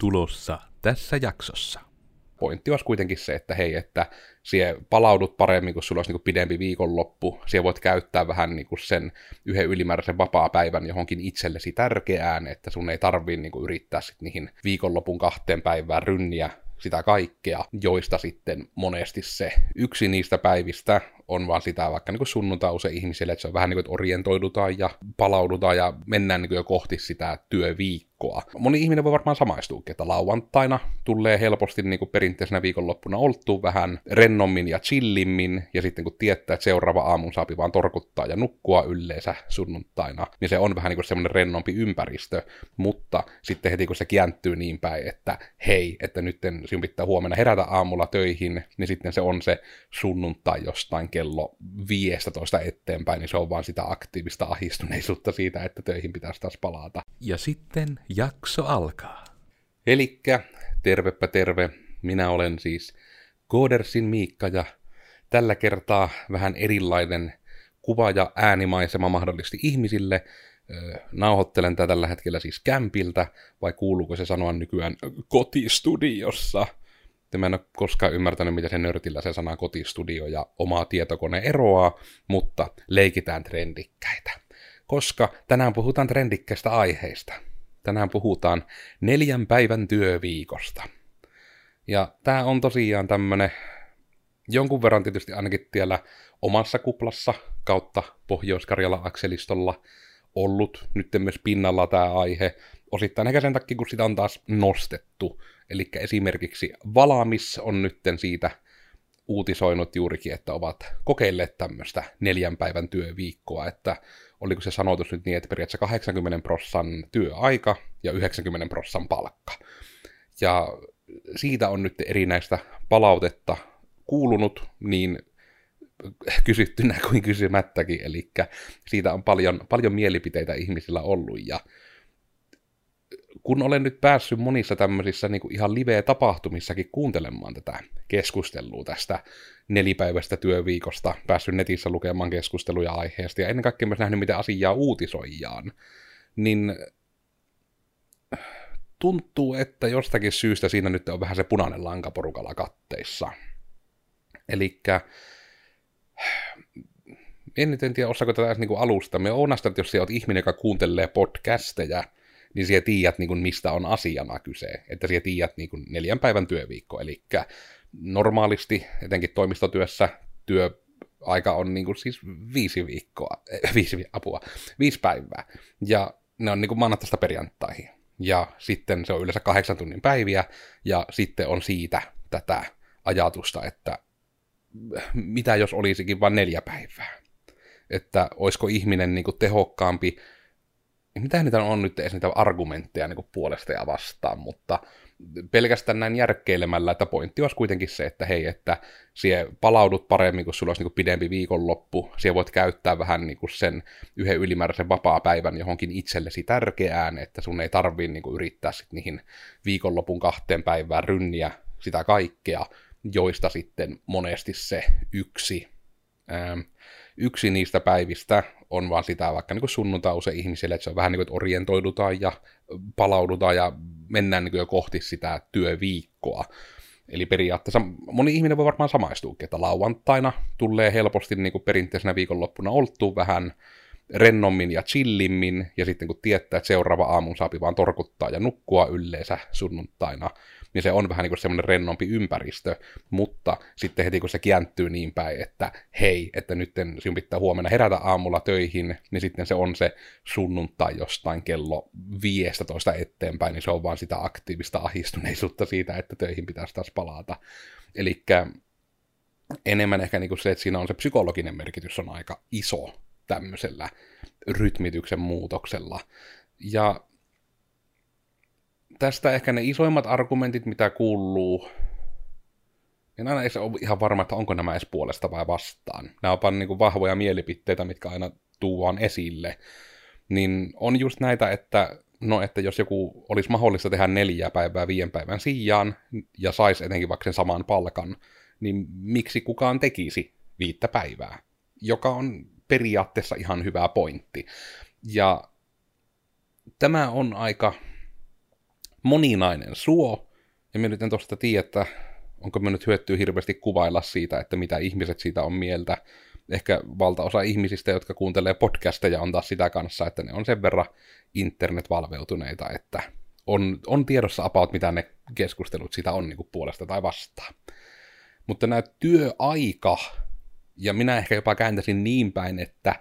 tulossa tässä jaksossa. Pointti olisi kuitenkin se, että hei, että sie palaudut paremmin, kun sulla olisi niin kuin pidempi viikonloppu. Sie voit käyttää vähän niin kuin sen yhden ylimääräisen vapaa-päivän johonkin itsellesi tärkeään, että sun ei tarvii niin kuin yrittää sit niihin viikonlopun 2 päivään rynniä sitä kaikkea, joista sitten monesti se yksi niistä päivistä on vaan sitä vaikka niin kuin sunnuntai usein ihmisille, että se on vähän niin kuin, että orientoidutaan ja palaudutaan ja mennään niin kuin jo kohti sitä työviikkoa. Moni ihminen voi varmaan samaistuukin, että lauantaina tulee helposti niin kuin perinteisenä viikonloppuna oltua vähän rennommin ja chillimmin, ja sitten kun tietää, että seuraava aamun saapi vaan torkuttaa ja nukkua yleensä sunnuntaina, niin se on vähän niin kuin semmoinen rennompi ympäristö, mutta sitten heti kun se kääntyy niin päin, että hei, että nyt sinun pitää huomenna herätä aamulla töihin, niin sitten se on se sunnuntai jostain kello 15 eteenpäin, niin se on vaan sitä aktiivista ahdistuneisuutta siitä, että töihin pitäisi taas palata. Ja sitten jakso alkaa. Elikkä, tervepä terve, minä olen siis Koodersin Miikka, ja tällä kertaa vähän erilainen kuva- ja äänimaisema mahdollisesti ihmisille. Nauhoittelen tätä tällä hetkellä siis kämpiltä, vai kuuluuko se sanoa nykyään kotistudiossa? Mä en ole koskaan ymmärtänyt, mitä se nörtillä se sana kotistudio ja oma tietokone eroaa, mutta leikitään trendikkäitä. Koska tänään puhutaan trendikkäistä aiheista. Tänään puhutaan 4 päivän työviikosta. Ja tää on tosiaan tämmönen jonkun verran tietysti ainakin siellä omassa kuplassa kautta Pohjois-Karjala-akselistolla ollut nyt myös pinnalla tämä aihe. Osittain ehkä sen takia, kun sitä on taas nostettu. Eli esimerkiksi Valamis on nytten siitä uutisoinut juurikin, että ovat kokeilleet tämmöistä 4 päivän työviikkoa, että oliko se sanotus nyt niin, että periaatteessa 80% työaika ja 90% palkka. Ja siitä on nyt erinäistä palautetta kuulunut, niin kysyttynä kuin kysymättäkin, eli siitä on paljon mielipiteitä ihmisillä ollut, ja kun olen nyt päässyt monissa tämmöisissä niin kuin ihan live-tapahtumissakin kuuntelemaan tätä keskustelua tästä 4-päiväistä työviikosta, päässyt netissä lukemaan keskusteluja aiheesta, ja ennen kaikkea myös nähnyt, miten asiaa uutisoijaan, niin tuntuu, että jostakin syystä siinä nyt on vähän se punainen lanka porukalla katteissa. Elikkä en nyt tiedä, osaako tätä niin alusta. Me onasta, että jos sinä olet ihminen, joka kuuntelee podcasteja, niin sinä tiedät, niin kuin, mistä on asiana kyse. Että sinä tiedät niin kuin 4 päivän työviikko. Eli normaalisti, etenkin toimistotyössä, työaika on niin kuin, siis 5 päivää. Ja ne on niin kuin maanantaista perjantaihin. Ja sitten se on yleensä 8 tunnin päiviä, ja sitten on siitä tätä ajatusta, että mitä jos olisikin vain 4 päivää? Että olisiko ihminen niin kuin tehokkaampi? Mitä niitä on nyt edes niitä argumentteja niin kuin puolesta ja vastaan, mutta pelkästään näin järkkeilemällä, että pointti olisi kuitenkin se, että hei, että sie palaudut paremmin, kun sulla olisi niin kuin pidempi viikonloppu. Sie voit käyttää vähän niin kuin sen yhden ylimääräisen vapaa-päivän johonkin itsellesi tärkeään, että sun ei tarvii niin kuin yrittää sit niihin viikonlopun 2 päivään rynniä sitä kaikkea, joista sitten monesti se yksi niistä päivistä on vaan sitä vaikka niin kuin sunnuntai usein ihmisille, että se on vähän niin kuin, että orientoidutaan ja palaudutaan ja mennään niin kuin jo kohti sitä työviikkoa. Eli periaatteessa moni ihminen voi varmaan samaistuukin, että lauantaina tulee helposti niin kuin perinteisenä viikonloppuna oltua vähän rennommin ja chillimmin, ja sitten kun tietää, että seuraava aamun saapi vaan torkuttaa ja nukkua yleensä sunnuntaina, niin se on vähän niin kuin semmoinen rennompi ympäristö, mutta sitten heti kun se kääntyy niin päin, että hei, että nyt sinun pitää huomenna herätä aamulla töihin, niin sitten se on se sunnuntai jostain kello 15 eteenpäin, niin se on vaan sitä aktiivista ahdistuneisuutta siitä, että töihin pitäisi taas palata. Elikkä enemmän ehkä niin kuin se, että siinä on se psykologinen merkitys on aika iso tämmöisellä rytmityksen muutoksella. Ja tästä ehkä ne isoimmat argumentit, mitä kuuluu, en aina edes ole ihan varma, että onko nämä edes puolesta vai vastaan. Nämä on niin kuin vahvoja mielipiteitä, mitkä aina tuodaan esille. Niin on just näitä, että jos joku olisi mahdollista tehdä 4 päivää 5 päivän sijaan, ja saisi etenkin vaikka sen saman palkan, niin miksi kukaan tekisi 5 päivää? Joka on periaatteessa ihan hyvä pointti. Ja tämä on aika moninainen suo, ja mä nyt en tosta tiedä, että onko me nyt hyötyä hirveästi kuvailla siitä, että mitä ihmiset siitä on mieltä. Ehkä valtaosa ihmisistä, jotka kuuntelee podcasteja, on taas sitä kanssa, että ne on sen verran internetvalveutuneita, että on tiedossa about, mitä ne keskustelut siitä on niin kuin puolesta tai vastaan. Mutta nämä työaika, ja minä ehkä jopa kääntäisin niin päin, että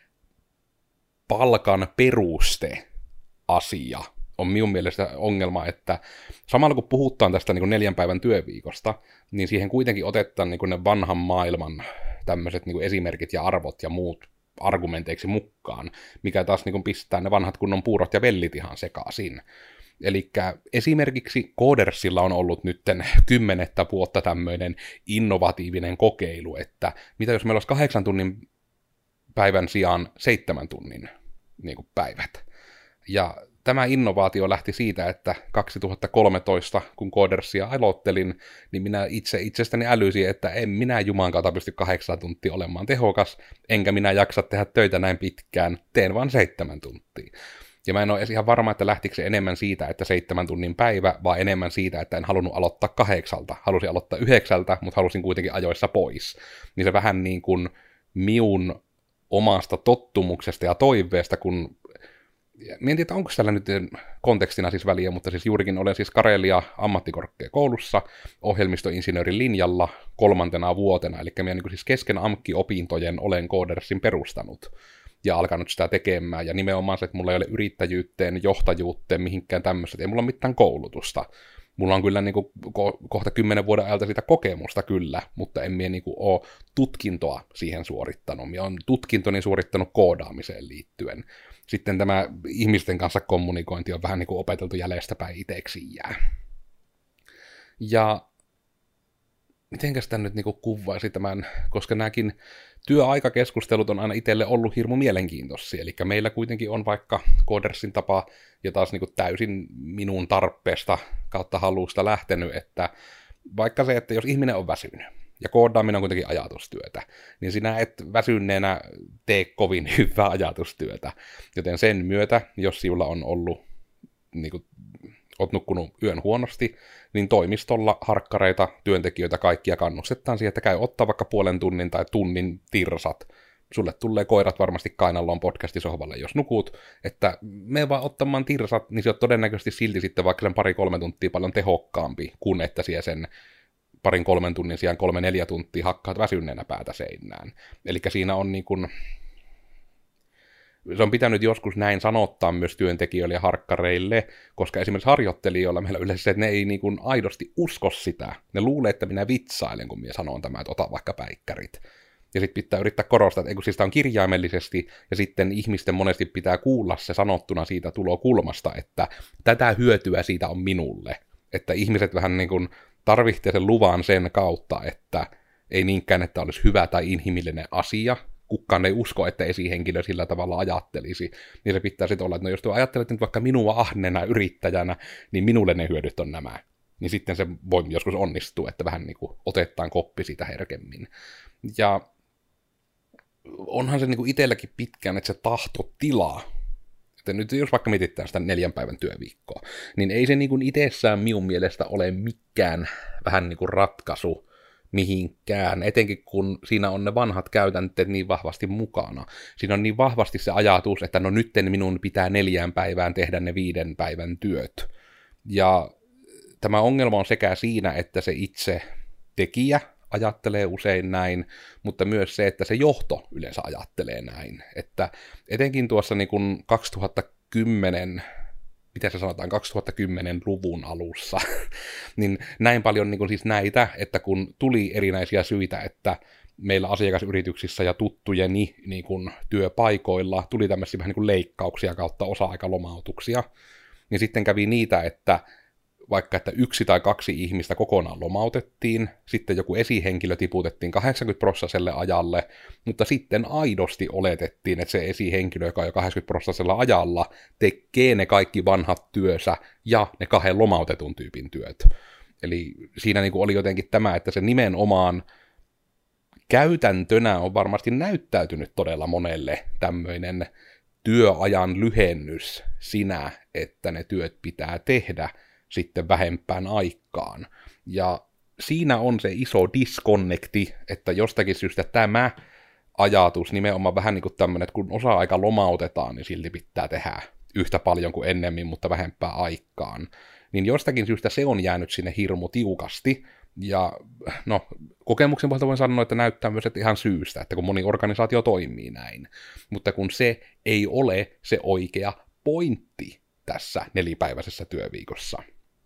palkan peruste asia on minun mielestä ongelma, että samalla kun puhutaan tästä niin kuin 4 päivän työviikosta, niin siihen kuitenkin otetaan niin kuin ne vanhan maailman tämmöiset niin kuin esimerkit ja arvot ja muut argumenteiksi mukaan, mikä taas niin kuin pistää ne vanhat kunnon puurot ja vellit ihan sekaisin. Eli esimerkiksi Codersilla on ollut nytten 10 vuotta tämmöinen innovatiivinen kokeilu, että mitä jos meillä olisi 8 tunnin päivän sijaan 7 tunnin niin kuin päivät. Ja tämä innovaatio lähti siitä, että 2013, kun Codersia aloittelin, niin minä itsestäni älysin, että en minä juman kautta pysty 8 tuntia olemaan tehokas, enkä minä jaksa tehdä töitä näin pitkään, teen vain 7 tuntia. Ja mä en ole edes ihan varma, että lähtikö se enemmän siitä, että 7 tunnin päivä, vaan enemmän siitä, että en halunnut aloittaa 8. Halusin aloittaa 9, mutta halusin kuitenkin ajoissa pois. Niin se vähän niin kuin miun omasta tottumuksesta ja toiveesta, kun mä en tiedä, onko tällä nyt kontekstina siis väliä, mutta siis juurikin olen siis Karelia ammattikorkeakoulussa ohjelmistoinsinöörin linjalla 3. vuotena, eli minä niin siis kesken AMK-opintojen olen Codersin perustanut ja alkanut sitä tekemään, ja nimenomaan se, että mulla ei ole yrittäjyyteen, johtajuuteen, mihinkään tämmöistä, ei mulla ole mitään koulutusta. Mulla on kyllä niin kuin kohta 10 vuoden ajalta sitä kokemusta kyllä, mutta en minä niin kuin ole tutkintoa siihen suorittanut. Minä olen tutkintoni suorittanut koodaamiseen liittyen. Sitten tämä ihmisten kanssa kommunikointi on vähän niin kuin opeteltu jäljestäpäin itseksi jää. Ja mitenkäs tämän nyt niin kuin kuvaisi tämän, koska nämäkin työaikakeskustelut on aina itselle ollut hirmu mielenkiintoisia. Eli meillä kuitenkin on vaikka Codersin tapa ja taas niin kuin täysin minun tarpeesta kautta halusta lähtenyt, että vaikka se, että jos ihminen on väsynyt, ja koodaaminen on kuitenkin ajatustyötä, niin sinä et väsyneenä tee kovin hyvää ajatustyötä. Joten sen myötä, jos sinulla on ollut, niin kuin, oot nukkunut yön huonosti, niin toimistolla harkkareita, työntekijöitä kaikkia kannustetaan siihen, että käy ottaa vaikka puolen tunnin tai tunnin tirsat. Sulle tulee koirat varmasti kainaloon podcastisohvalle, jos nukut, että me vaan ottamaan tirsat, niin se on todennäköisesti silti sitten vaikka sen 2-3 tuntia paljon tehokkaampi, kun että siellä sen 2-3 tunnin sijaan 3-4 tuntia hakkaat väsyneenä päätä seinään. Eli siinä on niin kuin, se on pitänyt joskus näin sanottaa myös työntekijöille ja harkkareille, koska esimerkiksi harjoittelijoilla meillä yleensä se, että ne ei niin kuin aidosti usko sitä. Ne luulee, että minä vitsailen, kun minä sanon tämä, että ota vaikka päikkärit. Ja sitten pitää yrittää korostaa, että siis sitä on kirjaimellisesti, ja sitten ihmisten monesti pitää kuulla se sanottuna siitä tulokulmasta, että tätä hyötyä siitä on minulle. Että ihmiset vähän niin kuin tarvitsee sen luvan sen kautta, että ei niinkään, että olisi hyvä tai inhimillinen asia, kukaan ei usko, että esihenkilö sillä tavalla ajattelisi, niin se pitää sitten olla, että no jos ajattelet nyt vaikka minua ahnena yrittäjänä, niin minulle ne hyödyt on nämä. Niin sitten se voi joskus onnistua, että vähän niin kuin otetaan koppi siitä herkemmin. Ja onhan se niin kuin itselläkin pitkään, että se tahtotila, että nyt jos vaikka mietitään sitä 4 päivän työviikkoa, niin ei se niin kuin itsessään minun mielestä ole mikään vähän niin kuin ratkaisu mihinkään, etenkin kun siinä on ne vanhat käytänteet niin vahvasti mukana. Siinä on niin vahvasti se ajatus, että no nytten minun pitää 4 päivään tehdä ne 5 päivän työt. Ja tämä ongelma on sekä siinä, että se itse tekijä ajattelee usein näin, mutta myös se, että se johto yleensä ajattelee näin. Että etenkin tuossa niin kuin 2010, mitä se sanotaan, 2010-luvun alussa, niin näin paljon niin kuin siis näitä, että kun tuli erinäisiä syitä, että meillä asiakasyrityksissä ja tuttujeni niin kuin työpaikoilla tuli tämmöisiä vähän niin kuin leikkauksia kautta osa-aikalomautuksia, niin sitten kävi niitä, että vaikka että 1 tai 2 ihmistä kokonaan lomautettiin, sitten joku esihenkilö tiputettiin 80% ajalle, mutta sitten aidosti oletettiin, että se esihenkilö, joka on jo 80% ajalla, tekee ne kaikki vanhat työnsä ja ne 2 lomautetun tyypin työt. Eli siinä niin kuin oli jotenkin tämä, että se nimenomaan käytäntönä on varmasti näyttäytynyt todella monelle tämmöinen työajan lyhennys sinä, että ne työt pitää tehdä sitten vähempään aikaan. Ja siinä on se iso disconnecti, että jostakin syystä tämä ajatus nimenomaan vähän niin kuin tämmöinen, että kun osa-aika lomautetaan, niin silti pitää tehdä yhtä paljon kuin ennemmin, mutta vähempää aikaan. Niin jostakin syystä se on jäänyt sinne hirmu tiukasti, ja no, kokemuksen pohjalta voin sanoa, että näyttää myös että ihan syystä, että kun moni organisaatio toimii näin. Mutta kun se ei ole se oikea pointti tässä nelipäiväisessä työviikossa.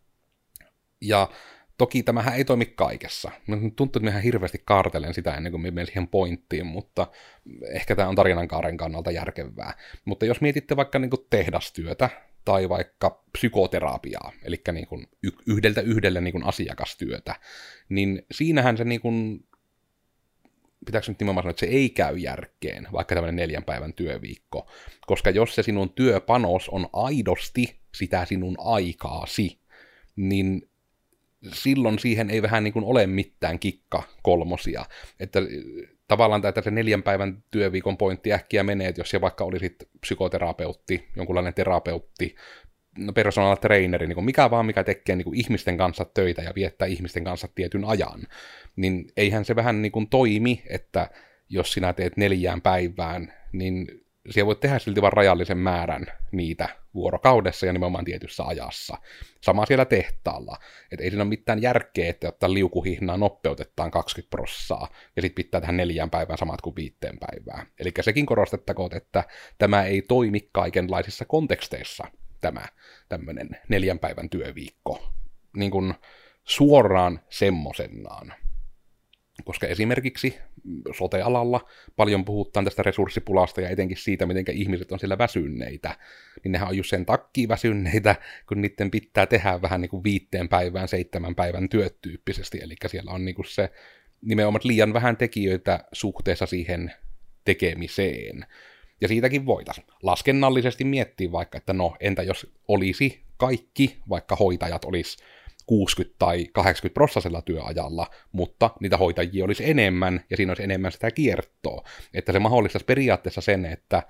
Ja toki tämähän ei toimi kaikessa. Tuntuu, että minä hirveästi kaartelen sitä ennen kuin menen siihen pointtiin, mutta ehkä tämä on tarinankaaren kannalta järkevää. Mutta jos mietitte vaikka niin kuin tehdastyötä tai vaikka psykoterapiaa, eli niin kuin yhdeltä yhdelle niin kuin asiakastyötä, niin siinähän se niin kuin, pitääkö nyt nimenomaan sanoa, että se ei käy järkeen, vaikka tämmöinen 4 päivän työviikko, koska jos se sinun työpanos on aidosti sitä sinun aikaasi, niin silloin siihen ei vähän niin kuin ole mitään kikkakolmosia. Että tavallaan että se 4 päivän työviikon pointti äkkiä menee, että jos se vaikka olisit psykoterapeutti, jonkunlainen terapeutti, personal traineri, niin kuin mikä vaan, mikä tekee niin kuin ihmisten kanssa töitä ja viettää ihmisten kanssa tietyn ajan, niin eihän se vähän niin kuin toimi, että jos sinä teet 4 päivään, niin siellä voit tehdä silti vain rajallisen määrän niitä vuorokaudessa ja nimenomaan tietyssä ajassa. Sama siellä tehtaalla. Että ei siinä ole mitään järkeä, että ottaa liukuhihnaa nopeutetaan 20% ja sitten pitää tähän 4 päivään samat kuin 5 päivään. Eli sekin korostettakoon, että tämä ei toimi kaikenlaisissa konteksteissa, tämä tämmöinen 4 päivän työviikko. Niin kuin suoraan semmosenaan. Koska esimerkiksi sote-alalla paljon puhutaan tästä resurssipulasta ja etenkin siitä, miten ihmiset on siellä väsynneitä, niin nehän on just sen takia väsynneitä, kun niiden pitää tehdä vähän niin kuin 5 päivään, 7 päivän työt tyyppisesti, eli siellä on niin kuin se nimenomaan liian vähän tekijöitä suhteessa siihen tekemiseen. Ja siitäkin voitaisiin laskennallisesti miettiä vaikka, että no, entä jos olisi kaikki, vaikka hoitajat olisi 60 tai 80% työajalla, mutta niitä hoitajia olisi enemmän, ja siinä olisi enemmän sitä kiertoa. Että se mahdollistaisi periaatteessa sen, että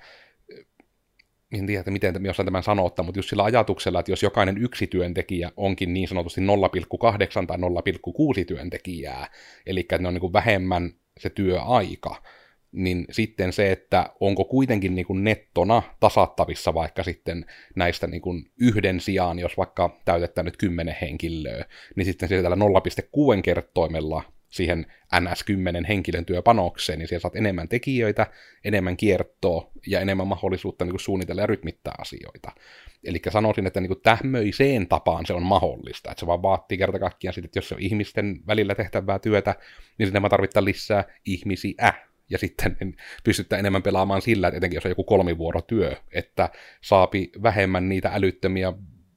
en tiedä, että miten jossain tämän sanottaa, mutta just sillä ajatuksella, että jos jokainen yksi työntekijä onkin niin sanotusti 0,8 tai 0,6 työntekijää, eli että ne on niin kuin vähemmän se työaika, niin sitten se, että onko kuitenkin niin kuin nettona tasattavissa vaikka sitten näistä niin kuin yhden sijaan, jos vaikka täytetään nyt 10 henkilöä, niin sitten siellä 0,6 kertoimella siihen NS10 henkilön työpanokseen, niin siellä saat enemmän tekijöitä, enemmän kiertoa ja enemmän mahdollisuutta niin kuin suunnitella ja rytmittää asioita. Eli sanoisin, että niin kuin tämmöiseen tapaan se on mahdollista, että se vaan vaatii kerta kaikkiaan sitten, että jos se on ihmisten välillä tehtävää työtä, niin sitten me tarvitaan lisää ihmisiä. Ja sitten pystytään enemmän pelaamaan sillä, että etenkin jos on joku 3-vuorotyö, että saapi vähemmän niitä älyttömiä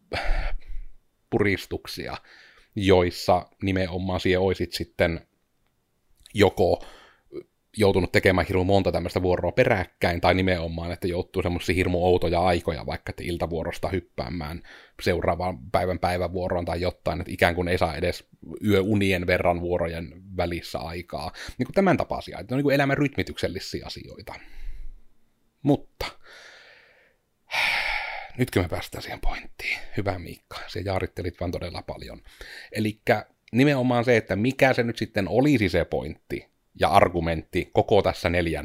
puristuksia, joissa nimenomaan siellä olisit sitten joko joutunut tekemään hirmu monta tämmöistä vuoroa peräkkäin, tai nimenomaan, että joutuu semmoisia hirmu outoja aikoja, vaikka että iltavuorosta hyppäämään seuraavaan päivävuoroon tai jotain, että ikään kuin ei saa edes yöunien verran vuorojen välissä aikaa. Niin kuin tämän tapaisia, että ne on niin kuin elämän rytmityksellisiä asioita. Mutta nytkö me päästään siihen pointtiin? Hyvä Miikka, se jaarittelit vaan todella paljon. Elikkä nimenomaan se, että mikä se nyt sitten olisi se pointti, ja argumentti koko tässä 4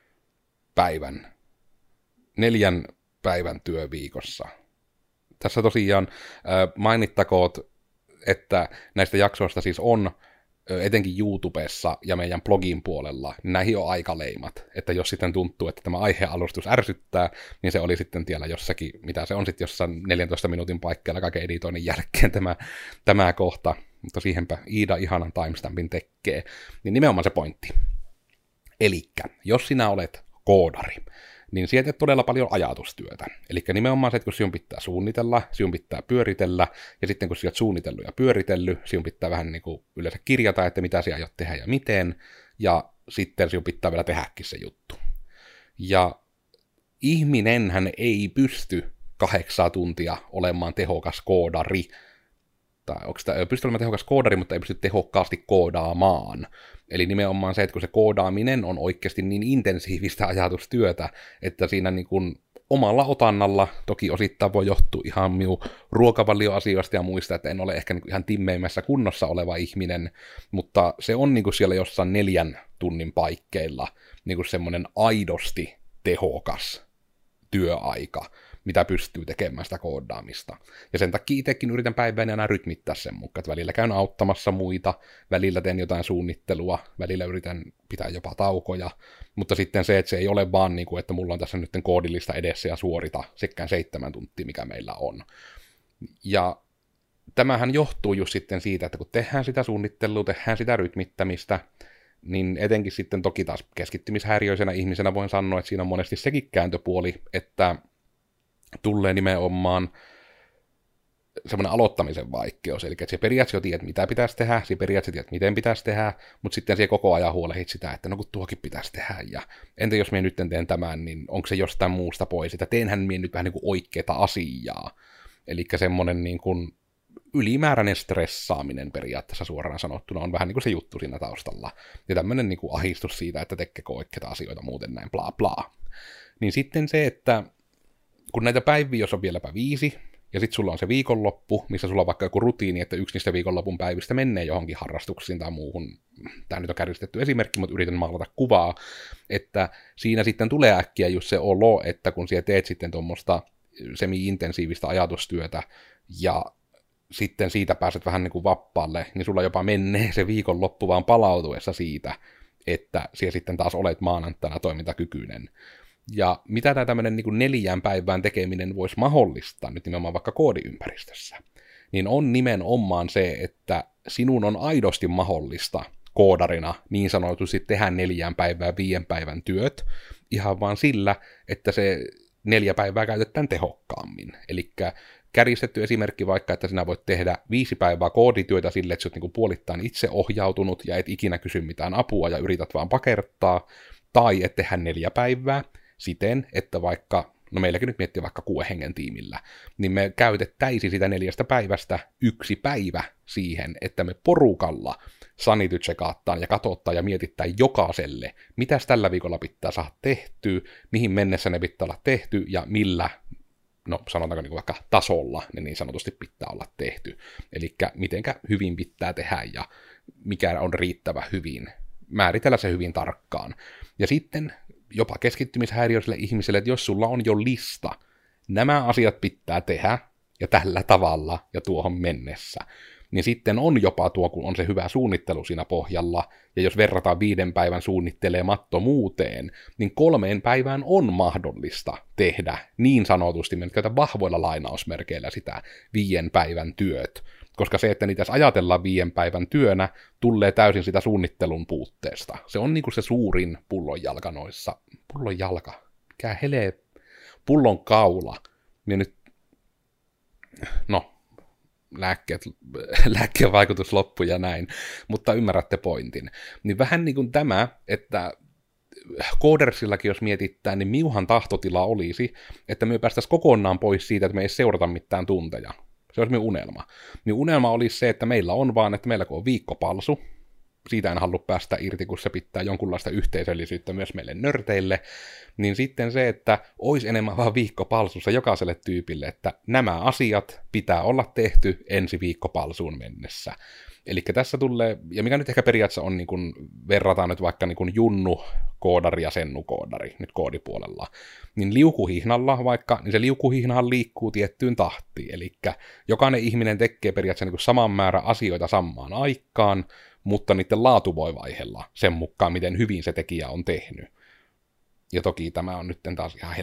päivän työviikossa. Tässä tosiaan mainittakoot, että näistä jaksoista siis on etenkin YouTubessa ja meidän blogin puolella, niin näihin on aikaleimat. Että jos sitten tuntuu, että tämä aihealustus ärsyttää, niin se oli sitten siellä jossakin, mitä se on sitten jossain 14 minuutin paikkeilla kaiken editoinnin jälkeen tämä kohta. Mutta siihenpä Iida ihanan timestampin tekee. Niin nimenomaan se pointti. Elikkä, jos sinä olet koodari, niin sieltä teet todella paljon ajatustyötä. Elikkä nimenomaan se, että kun sinun pitää suunnitella, sinun pitää pyöritellä, ja sitten kun sinä olet suunnitellut ja pyöritellyt, sinun pitää vähän niin kuin yleensä kirjata, että mitä sinä aiot tehdä ja miten, ja sitten sinun pitää vielä tehdäkin se juttu. Ja ihminenhän ei pysty 8 tuntia olemaan tehokas koodari, tai onko sitä pystyy olemaan tehokas koodari, mutta ei pysty tehokkaasti koodaamaan. Eli nimenomaan se, että kun se koodaaminen on oikeasti niin intensiivistä ajatustyötä, että siinä niin kuin omalla otannalla, toki osittain voi johtua ihan minun ruokavalioasioista ja muista, että en ole ehkä niin ihan timmeimmässä kunnossa oleva ihminen, mutta se on niin siellä jossain 4 tunnin paikkeilla niin semmoinen aidosti tehokas työaika, mitä pystyy tekemään sitä koodaamista. Ja sen takia itsekin yritän päivään aina rytmittää sen mukaan, että välillä käyn auttamassa muita, välillä teen jotain suunnittelua, välillä yritän pitää jopa taukoja, mutta sitten se, että se ei ole vaan niin kuin, että mulla on tässä nyt koodillista edessä ja suorita sekään 7 tuntia, mikä meillä on. Ja tämähän johtuu just sitten siitä, että kun tehdään sitä suunnittelua, tehdään sitä rytmittämistä, niin etenkin sitten toki taas keskittymishäiriöisenä ihmisenä voin sanoa, että siinä on monesti sekin kääntöpuoli, että tulee nimenomaan semmoinen aloittamisen vaikeus, eli että se periaatteessa jo tiedät, mitä pitäisi tehdä, se periaatteessa tiedät, miten pitäisi tehdä, mutta sitten se koko ajan huolehdit sitä, että no kun tuokin pitäisi tehdä, ja entä jos minä nyt teen tämän, niin onko se jostain muusta pois, että teenhän minä nyt vähän niin kuin oikeaa asiaa, eli semmoinen niin kuin ylimääräinen stressaaminen periaatteessa suoraan sanottuna on vähän niin kuin se juttu siinä taustalla, ja tämmöinen niin kuin ahdistus siitä, että tekeekö oikeita asioita muuten näin bla bla. Niin sitten se, että kun näitä päiviä, jos on vieläpä 5, ja sitten sulla on se viikonloppu, missä sulla on vaikka joku rutiini, että yksi niistä viikonlopun päivistä menee johonkin harrastuksiin tai muuhun. Tämä nyt on kärjistetty esimerkki, mutta yritän maalata kuvaa, että siinä sitten tulee äkkiä just se olo, että kun siellä teet sitten tuommoista semi-intensiivistä ajatustyötä, ja sitten siitä pääset vähän niin kuin vappaalle, niin sulla jopa menee se viikonloppu vaan palautuessa siitä, että siellä sitten taas olet maanantaina toimintakykyinen. Ja mitä tämä tämmöinen niin kuin 4 päivään tekeminen voisi mahdollistaa, nyt nimenomaan vaikka koodiympäristössä, niin on nimenomaan se, että sinun on aidosti mahdollista koodarina niin sanotusti tehdä 4 päivää 5 päivän työt, ihan vaan sillä, että se 4 päivää käytetään tehokkaammin. Eli kärjistetty esimerkki vaikka, että sinä voit tehdä 5 päivää koodityötä sille, että sä oot niin puolittain itseohjautunut ja et ikinä kysy mitään apua ja yrität vaan pakertaa, tai et tehdä 4 päivää siten, että vaikka, no meilläkin nyt miettii vaikka 6 hengen tiimillä, niin me käytettäisiin sitä 4 päivästä 1 päivä siihen, että me porukalla sanity-checkaattaan ja katsottaan ja mietittää jokaiselle, mitäs tällä viikolla pitää saada tehtyä, mihin mennessä ne pitää olla tehty ja millä, no sanotaanko niin vaikka tasolla ne niin sanotusti pitää olla tehty. Eli mitenkä hyvin pitää tehdä ja mikä on riittävä hyvin, määritellä se hyvin tarkkaan. Ja sitten jopa keskittymishäiriöiselle ihmiselle, että jos sulla on jo lista, nämä asiat pitää tehdä ja tällä tavalla ja tuohon mennessä, niin sitten on jopa tuo, kun on se hyvä suunnittelu siinä pohjalla, ja jos verrataan 5 päivän suunnittelemattomuuteen, niin 3 päivään on mahdollista tehdä niin sanotusti, me nyt käytän vahvoilla lainausmerkeillä sitä 5 päivän työt, koska se, että niitä ajatellaan 5 päivän työnä, tulee täysin sitä suunnittelun puutteesta. Se on niinku se suurin pullonjalka noissa. Pullonjalka? Mikä helee? Pullonkaula. Ja nyt, no, lääkkeen vaikutus loppui ja näin, mutta ymmärrätte pointin. Niin vähän niin kuin tämä, että Codersillakin jos mietitään, niin miuhan tahtotila olisi, että me päästäisiin kokonaan pois siitä, että me ei seurata mitään tunteja. Se olisi minun unelma. Minun unelma olisi se, että meillä on vaan, että meillä kun on viikkopalsu, siitä en halua päästä irti, kun se pitää jonkunlaista yhteisöllisyyttä myös meille nörteille, niin sitten se, että olisi enemmän vaan viikkopalsussa jokaiselle tyypille, että nämä asiat pitää olla tehty ensi viikkopalsuun mennessä. Eli tässä tulee, ja mikä nyt ehkä periaatteessa on, niin kun verrataan nyt vaikka niin kun Junnu-koodari ja Sennu-koodari nyt koodipuolella, niin liukuhihnalla vaikka, niin se liukuhihnahan liikkuu tiettyyn tahtiin, eli jokainen ihminen tekee periaatteessa niin saman määrän asioita samaan aikaan, mutta niiden laatu voi vaihella sen mukaan, miten hyvin se tekijä on tehnyt. Ja toki tämä on nyt taas ihan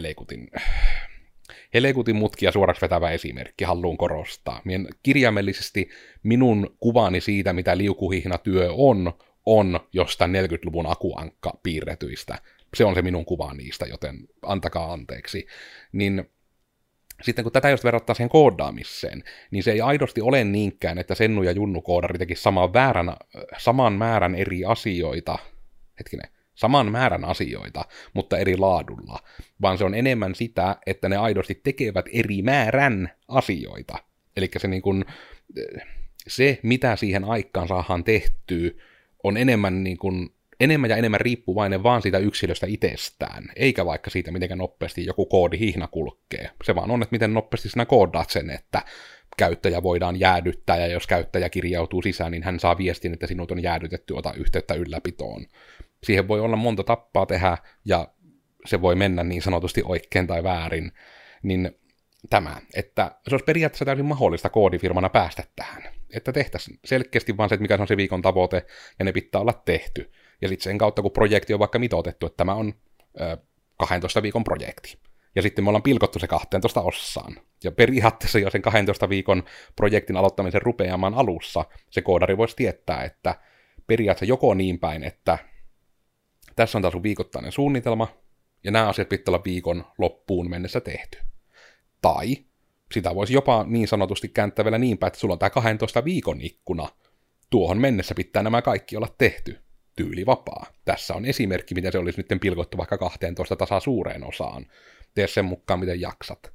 helekutin mutkia suoraksi vetävä esimerkki, haluan korostaa. Kirjaimellisesti minun kuvani siitä, mitä liukuhihnatyö on jostain 40-luvun akuankka piirretyistä. Se on se minun kuva niistä, joten antakaa anteeksi. Niin sitten kun tätä just verrattaa siihen koodaamiseen, niin se ei aidosti ole niinkään, että Sennu ja Junnu koodari teki saman määrän eri asioita, saman määrän asioita, mutta eri laadulla, vaan se on enemmän sitä, että ne aidosti tekevät eri määrän asioita. Eli se, niin kun, se, mitä siihen aikaan saadaan tehtyä, on enemmän niin kun enemmän ja enemmän riippuvainen vaan siitä yksilöstä itsestään, eikä vaikka siitä, miten nopeasti joku koodihihna kulkee. Se vaan on, että miten nopeasti sinä koodaat sen, että käyttäjä voidaan jäädyttää, ja jos käyttäjä kirjautuu sisään, niin hän saa viestin, että sinut on jäädytetty, ota yhteyttä ylläpitoon. Siihen voi olla monta tappaa tehdä, ja se voi mennä niin sanotusti oikein tai väärin, niin tämä, että se olisi periaatteessa täysin mahdollista koodifirmana päästä tähän. Että tehtäisiin selkeästi vaan se, että mikä on se viikon tavoite, ja ne pitää olla tehty. Ja sitten sen kautta, kun projekti on vaikka mitoitettu, että tämä on 12 viikon projekti. Ja sitten me ollaan pilkottu se 12 ossaan. Ja periaatteessa jo sen 12 viikon projektin aloittamisen rupeamaan alussa se koodari voisi tietää, että periaatteessa joko niin päin, että tässä on taas sun viikoittainen suunnitelma, ja nämä asiat pitää olla viikon loppuun mennessä tehty. Tai sitä voisi jopa niin sanotusti kääntää vielä niin päin, että sulla on tämä 12 viikon ikkuna. Tuohon mennessä pitää nämä kaikki olla tehty. Tyylivapaa. Tässä on esimerkki, miten se olisi nyt pilkottu vaikka 12 tasa suureen osaan. Tee sen mukaan, miten jaksat.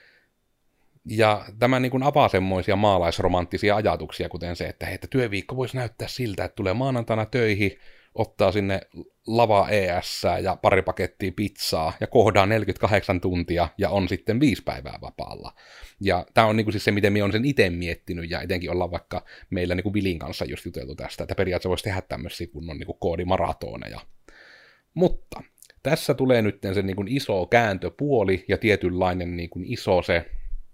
Ja tämä niin kuin avaa semmoisia maalaisromanttisia ajatuksia, kuten se, että työviikko voisi näyttää siltä, että tulee maanantaina töihin, ottaa sinne lava ES ja pari pakettia pizzaa ja koodaa 48 tuntia ja on sitten 5 päivää vapaalla. Ja tämä on niin kuin siis se, miten minä olen sen itse miettinyt ja etenkin ollaan vaikka meillä niin kuin Vilin kanssa just juteltu tästä, että periaatteessa voisi tehdä tämmöisiä kunnon niin kuin koodimaratoneja. Mutta tässä tulee nyt se niin kuin iso kääntöpuoli ja tietynlainen niin kuin iso se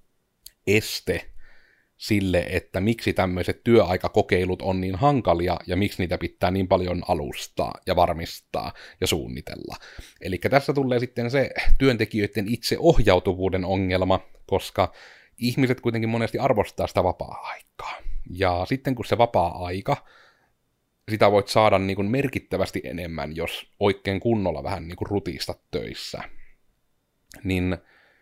este sille, että miksi tämmöiset työaikakokeilut on niin hankalia ja miksi niitä pitää niin paljon alustaa ja varmistaa ja suunnitella. Eli tässä tulee sitten se työntekijöiden itseohjautuvuuden ongelma, koska ihmiset kuitenkin monesti arvostaa sitä vapaa-aikaa. Ja sitten kun se vapaa-aika, sitä voit saada niin kuin merkittävästi enemmän, jos oikein kunnolla vähän niin kuin rutistat töissä, niin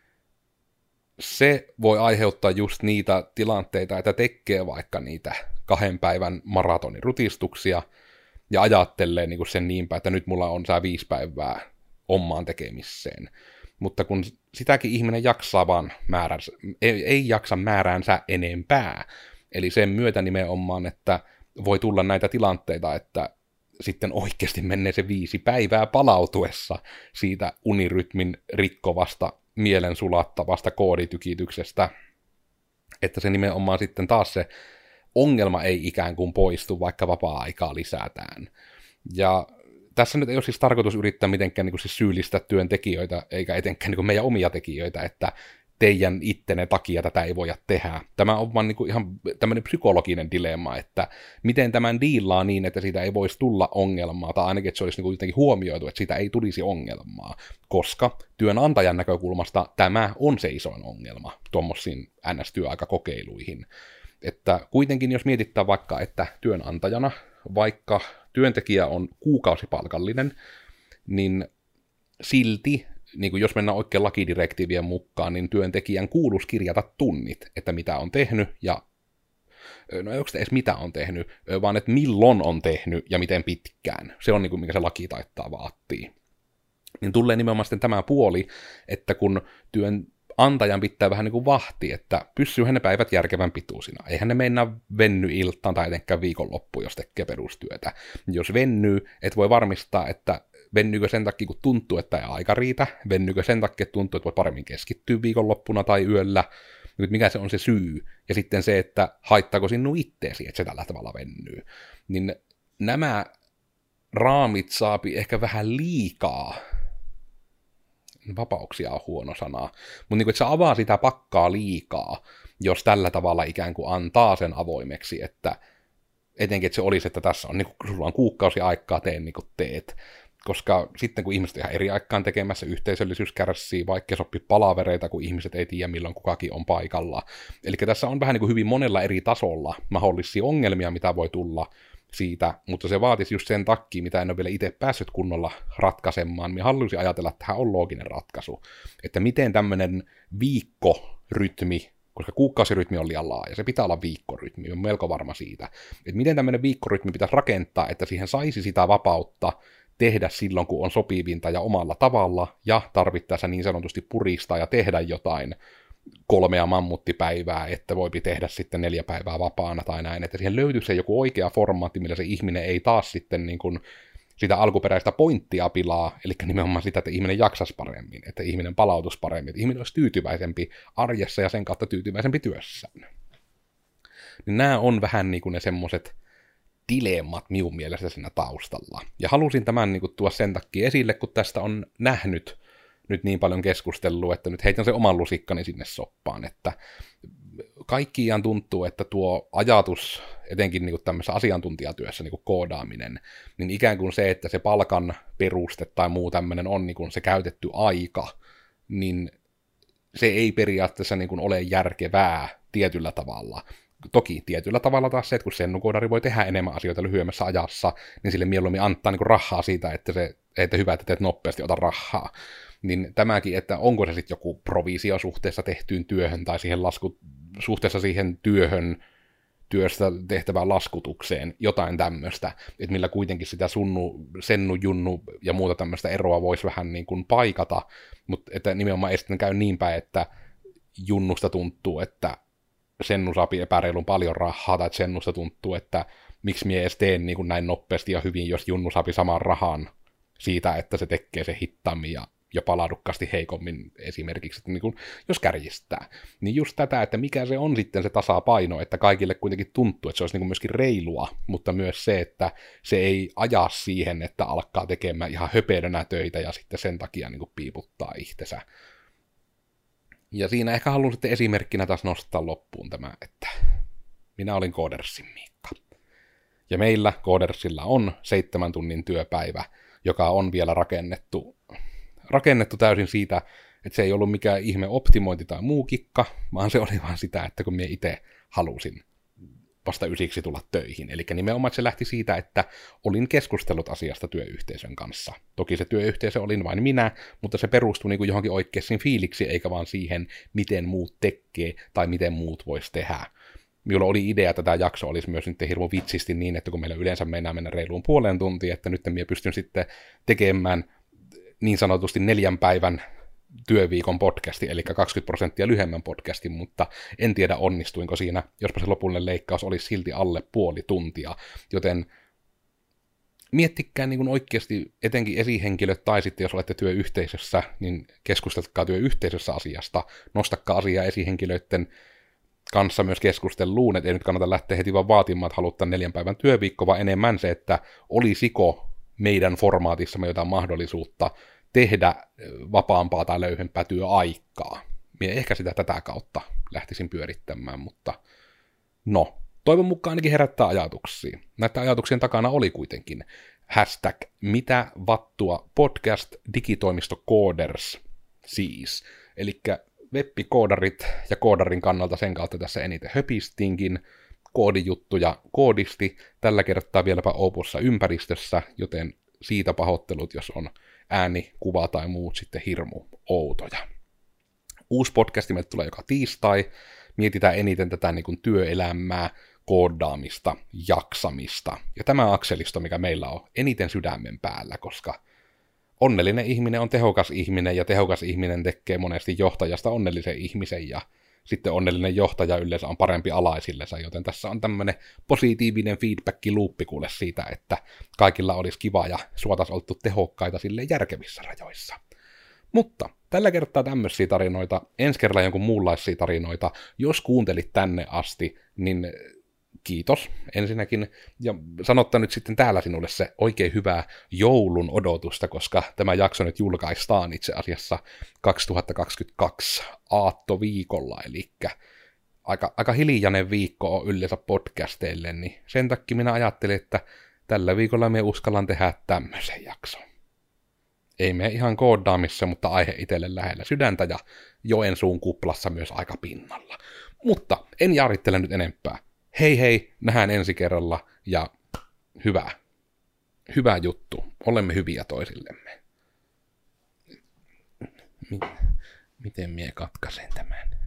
se voi aiheuttaa just niitä tilanteita, että tekee vaikka niitä 2 päivän maratonin rutistuksia ja ajattelee niin kuin sen niinpä, että nyt mulla on 5 päivää omaan tekemiseen. Mutta kun sitäkin ihminen jaksaa vaan määränsä, ei jaksa määräänsä enempää. Eli sen myötä nimenomaan, että voi tulla näitä tilanteita, että sitten oikeasti menee se 5 päivää palautuessa siitä unirytmin rikkovasta mielen sulattavasta kooditykityksestä, että se nimenomaan sitten taas se ongelma ei ikään kuin poistu, vaikka vapaa-aikaa lisätään. Ja tässä nyt ei ole siis tarkoitus yrittää mitenkään niin kuin siis syyllistää työntekijöitä, eikä etenkään niin kuin meidän omia tekijöitä, että teidän ittenne takia tätä ei voida tehdä. Tämä on vaan niin kuin ihan tämmöinen psykologinen dilemma, että miten tämän diilaa niin, että siitä ei voisi tulla ongelmaa, tai ainakin, että se olisi niin kuin jotenkin huomioitu, että siitä ei tulisi ongelmaa, koska työnantajan näkökulmasta tämä on se isoin ongelma tuommoisiin NS-työaikakokeiluihin. Että kuitenkin, jos mietitään vaikka, että työnantajana, vaikka työntekijä on kuukausipalkallinen, niin silti niin kuin jos mennään oikein lakidirektiivien mukaan, niin työntekijän kuuluisi kirjata tunnit, että mitä on tehnyt, ja no ei edes mitä on tehnyt, vaan että milloin on tehnyt ja miten pitkään. Se on niin kuin mikä se laki taittaa vaatii. Niin tulee nimenomaan sitten tämä puoli, että kun työnantajan pitää vähän niin kuin vahtia, että pysyyhän ne päivät järkevän pituisina. Eihän ne mennä venny iltaan tai etenkään viikonloppuun, jos tekee perustyötä. Jos vennyy, et voi varmistaa, että vennyykö sen takia, kun tuntuu, että ei aika riitä? Vennyykö sen takia, että tuntuu, että voi paremmin keskittyä viikonloppuna tai yöllä? Mikä se on se syy? Ja sitten se, että haittaako sinun itteesi, että se tällä tavalla vennyy. Niin nämä raamit saapi ehkä vähän liikaa. Vapauksia on huono sana. Mutta niin, että se avaa sitä pakkaa liikaa, jos tällä tavalla ikään kuin antaa sen avoimeksi, että etenkin, että se olisi, että tässä on, niin kuin, sulla on kuukausi aikaa, tee niin kuin teet. Koska sitten kun ihmiset ihan eri aikaan tekemässä, yhteisöllisyys kärsii, vaikka sopii palavereita, kun ihmiset ei tiedä, milloin kukakin on paikalla. Eli tässä on vähän niin kuin hyvin monella eri tasolla mahdollisia ongelmia, mitä voi tulla siitä, mutta se vaatisi just sen takia, mitä en ole vielä itse päässyt kunnolla ratkaisemaan. Minä haluaisin ajatella, että tähän on looginen ratkaisu. Että miten tämmöinen viikkorytmi, koska kuukausirytmi on liian laaja, se pitää olla viikkorytmi, olen melko varma siitä. Että miten tämmöinen viikkorytmi pitäisi rakentaa, että siihen saisi sitä vapautta tehdä silloin, kun on sopivinta ja omalla tavalla, ja tarvittaessa niin sanotusti puristaa ja tehdä jotain 3 mammuttipäivää, että voipi tehdä sitten 4 päivää vapaana tai näin, että siihen löytyy se joku oikea formaatti, millä se ihminen ei taas sitten niin kuin sitä alkuperäistä pointtia pilaa, eli nimenomaan sitä, että ihminen jaksaisi paremmin, että ihminen palautuisi paremmin, että ihminen olisi tyytyväisempi arjessa ja sen kautta tyytyväisempi työssään. Niin nämä on vähän niin kuin ne semmoiset dilemmat minun mielestä siinä taustalla. Ja halusin tämän niin kuin tuoda sen takia esille, kun tästä on nähnyt nyt niin paljon keskustelua, että nyt heitän sen oman lusikkani sinne soppaan, että kaikkiaan tuntuu, että tuo ajatus, etenkin niin kuin tämmöisessä asiantuntijatyössä, niin kuin koodaaminen, niin ikään kuin se, että se palkan peruste tai muu tämmöinen on niin kuin se käytetty aika, niin se ei periaatteessa niin kuin ole järkevää tietyllä tavalla. Toki tietyllä tavalla taas se, että kun sennukoodari voi tehdä enemmän asioita lyhyemmässä ajassa, niin sille mieluummin antaa niin kuin rahaa siitä, että hyvä, että teet nopeasti, ota rahaa. Niin tämäkin, että onko se sitten joku provisio suhteessa tehtyyn työhön tai siihen suhteessa siihen työstä tehtävään laskutukseen, jotain tämmöistä, että millä kuitenkin sitä sennu, junnu ja muuta tämmöistä eroa voisi vähän niin kuin paikata, mutta että nimenomaan ei sitten käy niin päin, että junnusta tuntuu, että sennu saapi epäreilun paljon rahaa, tai että sennusta tuntuu, että miksi mie edes teen niin kuin näin nopeasti ja hyvin, jos junnu saapi saman rahan siitä, että se tekee se hittaammin ja jopa laadukkaasti heikommin esimerkiksi, että niin kuin, jos kärjistää. Niin just tätä, että mikä se on sitten se tasapaino, että kaikille kuitenkin tuntuu, että se olisi niin kuin myöskin reilua, mutta myös se, että se ei aja siihen, että alkaa tekemään ihan höpelönä töitä ja sitten sen takia niin kuin piiputtaa itsensä. Ja siinä ehkä haluan sitten esimerkkinä taas nostaa loppuun tämä, että minä olin Codersin Miikka. Ja meillä Codersilla on 7 tunnin työpäivä, joka on vielä rakennettu täysin siitä, että se ei ollut mikään ihme optimointi tai muu kikka, vaan se oli vaan sitä, että kun minä itse halusin vasta 9 tulla töihin. Eli nimenomaan se lähti siitä, että olin keskustellut asiasta työyhteisön kanssa. Toki se työyhteisö olin vain minä, mutta se perustui niin kuin johonkin oikeisiin fiiliksi, eikä vaan siihen, miten muut tekee tai miten muut vois tehdä. Minulla oli idea, että tämä jakso olisi myös nyt hirveän vitsisti niin, että kun meillä yleensä mennä reiluun puoleen tuntiin, että nyt minä pystyn sitten tekemään niin sanotusti 4 päivän työviikon podcasti, eli 20% lyhyemmän podcastin, mutta en tiedä onnistuinko siinä, jospa se lopullinen leikkaus olisi silti alle puoli tuntia, joten miettikää niin kuin oikeasti etenkin esihenkilöt tai sitten jos olette työyhteisössä, niin keskustelkaa työyhteisössä asiasta, nostakaa asiaa esihenkilöiden kanssa myös keskusteluun, että ei nyt kannata lähteä heti vaan vaatimaan, että haluttaa 4 päivän työviikko, vaan enemmän se, että olisiko meidän formaatissamme jotain mahdollisuutta tehdä vapaampaa tai löyhempää työaikaa. Minä ehkä sitä tätä kautta lähtisin pyörittämään, mutta no, toivon mukaan ainakin herättää ajatuksia. Näiden ajatuksien takana oli kuitenkin hashtag mitä vattua podcast digitoimisto Coders siis. Eli web-koodarit ja koodarin kannalta sen kautta tässä eniten höpistinkin, koodijuttuja koodisti, tällä kertaa vieläpä oupossa ympäristössä, joten siitä pahoittelut, jos on ääni, kuva tai muut sitten hirmu outoja. Uusi podcasti meille tulee joka tiistai, mietitään eniten tätä niin kuin työelämää, koodaamista, jaksamista, ja tämä akselisto, mikä meillä on eniten sydämen päällä, koska onnellinen ihminen on tehokas ihminen, ja tehokas ihminen tekee monesti johtajasta onnellisen ihmisen, ja sitten onnellinen johtaja yleensä on parempi alaisillensa, joten tässä on tämmöinen positiivinen feedback-luuppi kuule siitä, että kaikilla olisi kiva ja suotaisiin oltu tehokkaita sille järkevissä rajoissa. Mutta tällä kertaa tämmöisiä tarinoita, ensi kerralla jonkun muunlaisia tarinoita. Jos kuuntelit tänne asti, niin kiitos ensinnäkin, ja sanottaa nyt sitten täällä sinulle se oikein hyvää joulun odotusta, koska tämä jakso nyt julkaistaan itse asiassa 2022 aattoviikolla, eli aika hiljainen viikko on yleensä podcasteille, niin sen takia minä ajattelin, että tällä viikolla me uskallan tehdä tämmöisen jakson. Ei me ihan koodaamissa, mutta aihe itselle lähellä sydäntä ja Joensuun kuplassa myös aika pinnalla. Mutta en jaarittele nyt enempää. Hei hei, nähdään ensi kerralla ja hyvä juttu. Olemme hyviä toisillemme. Miten mie katkaisen tämän?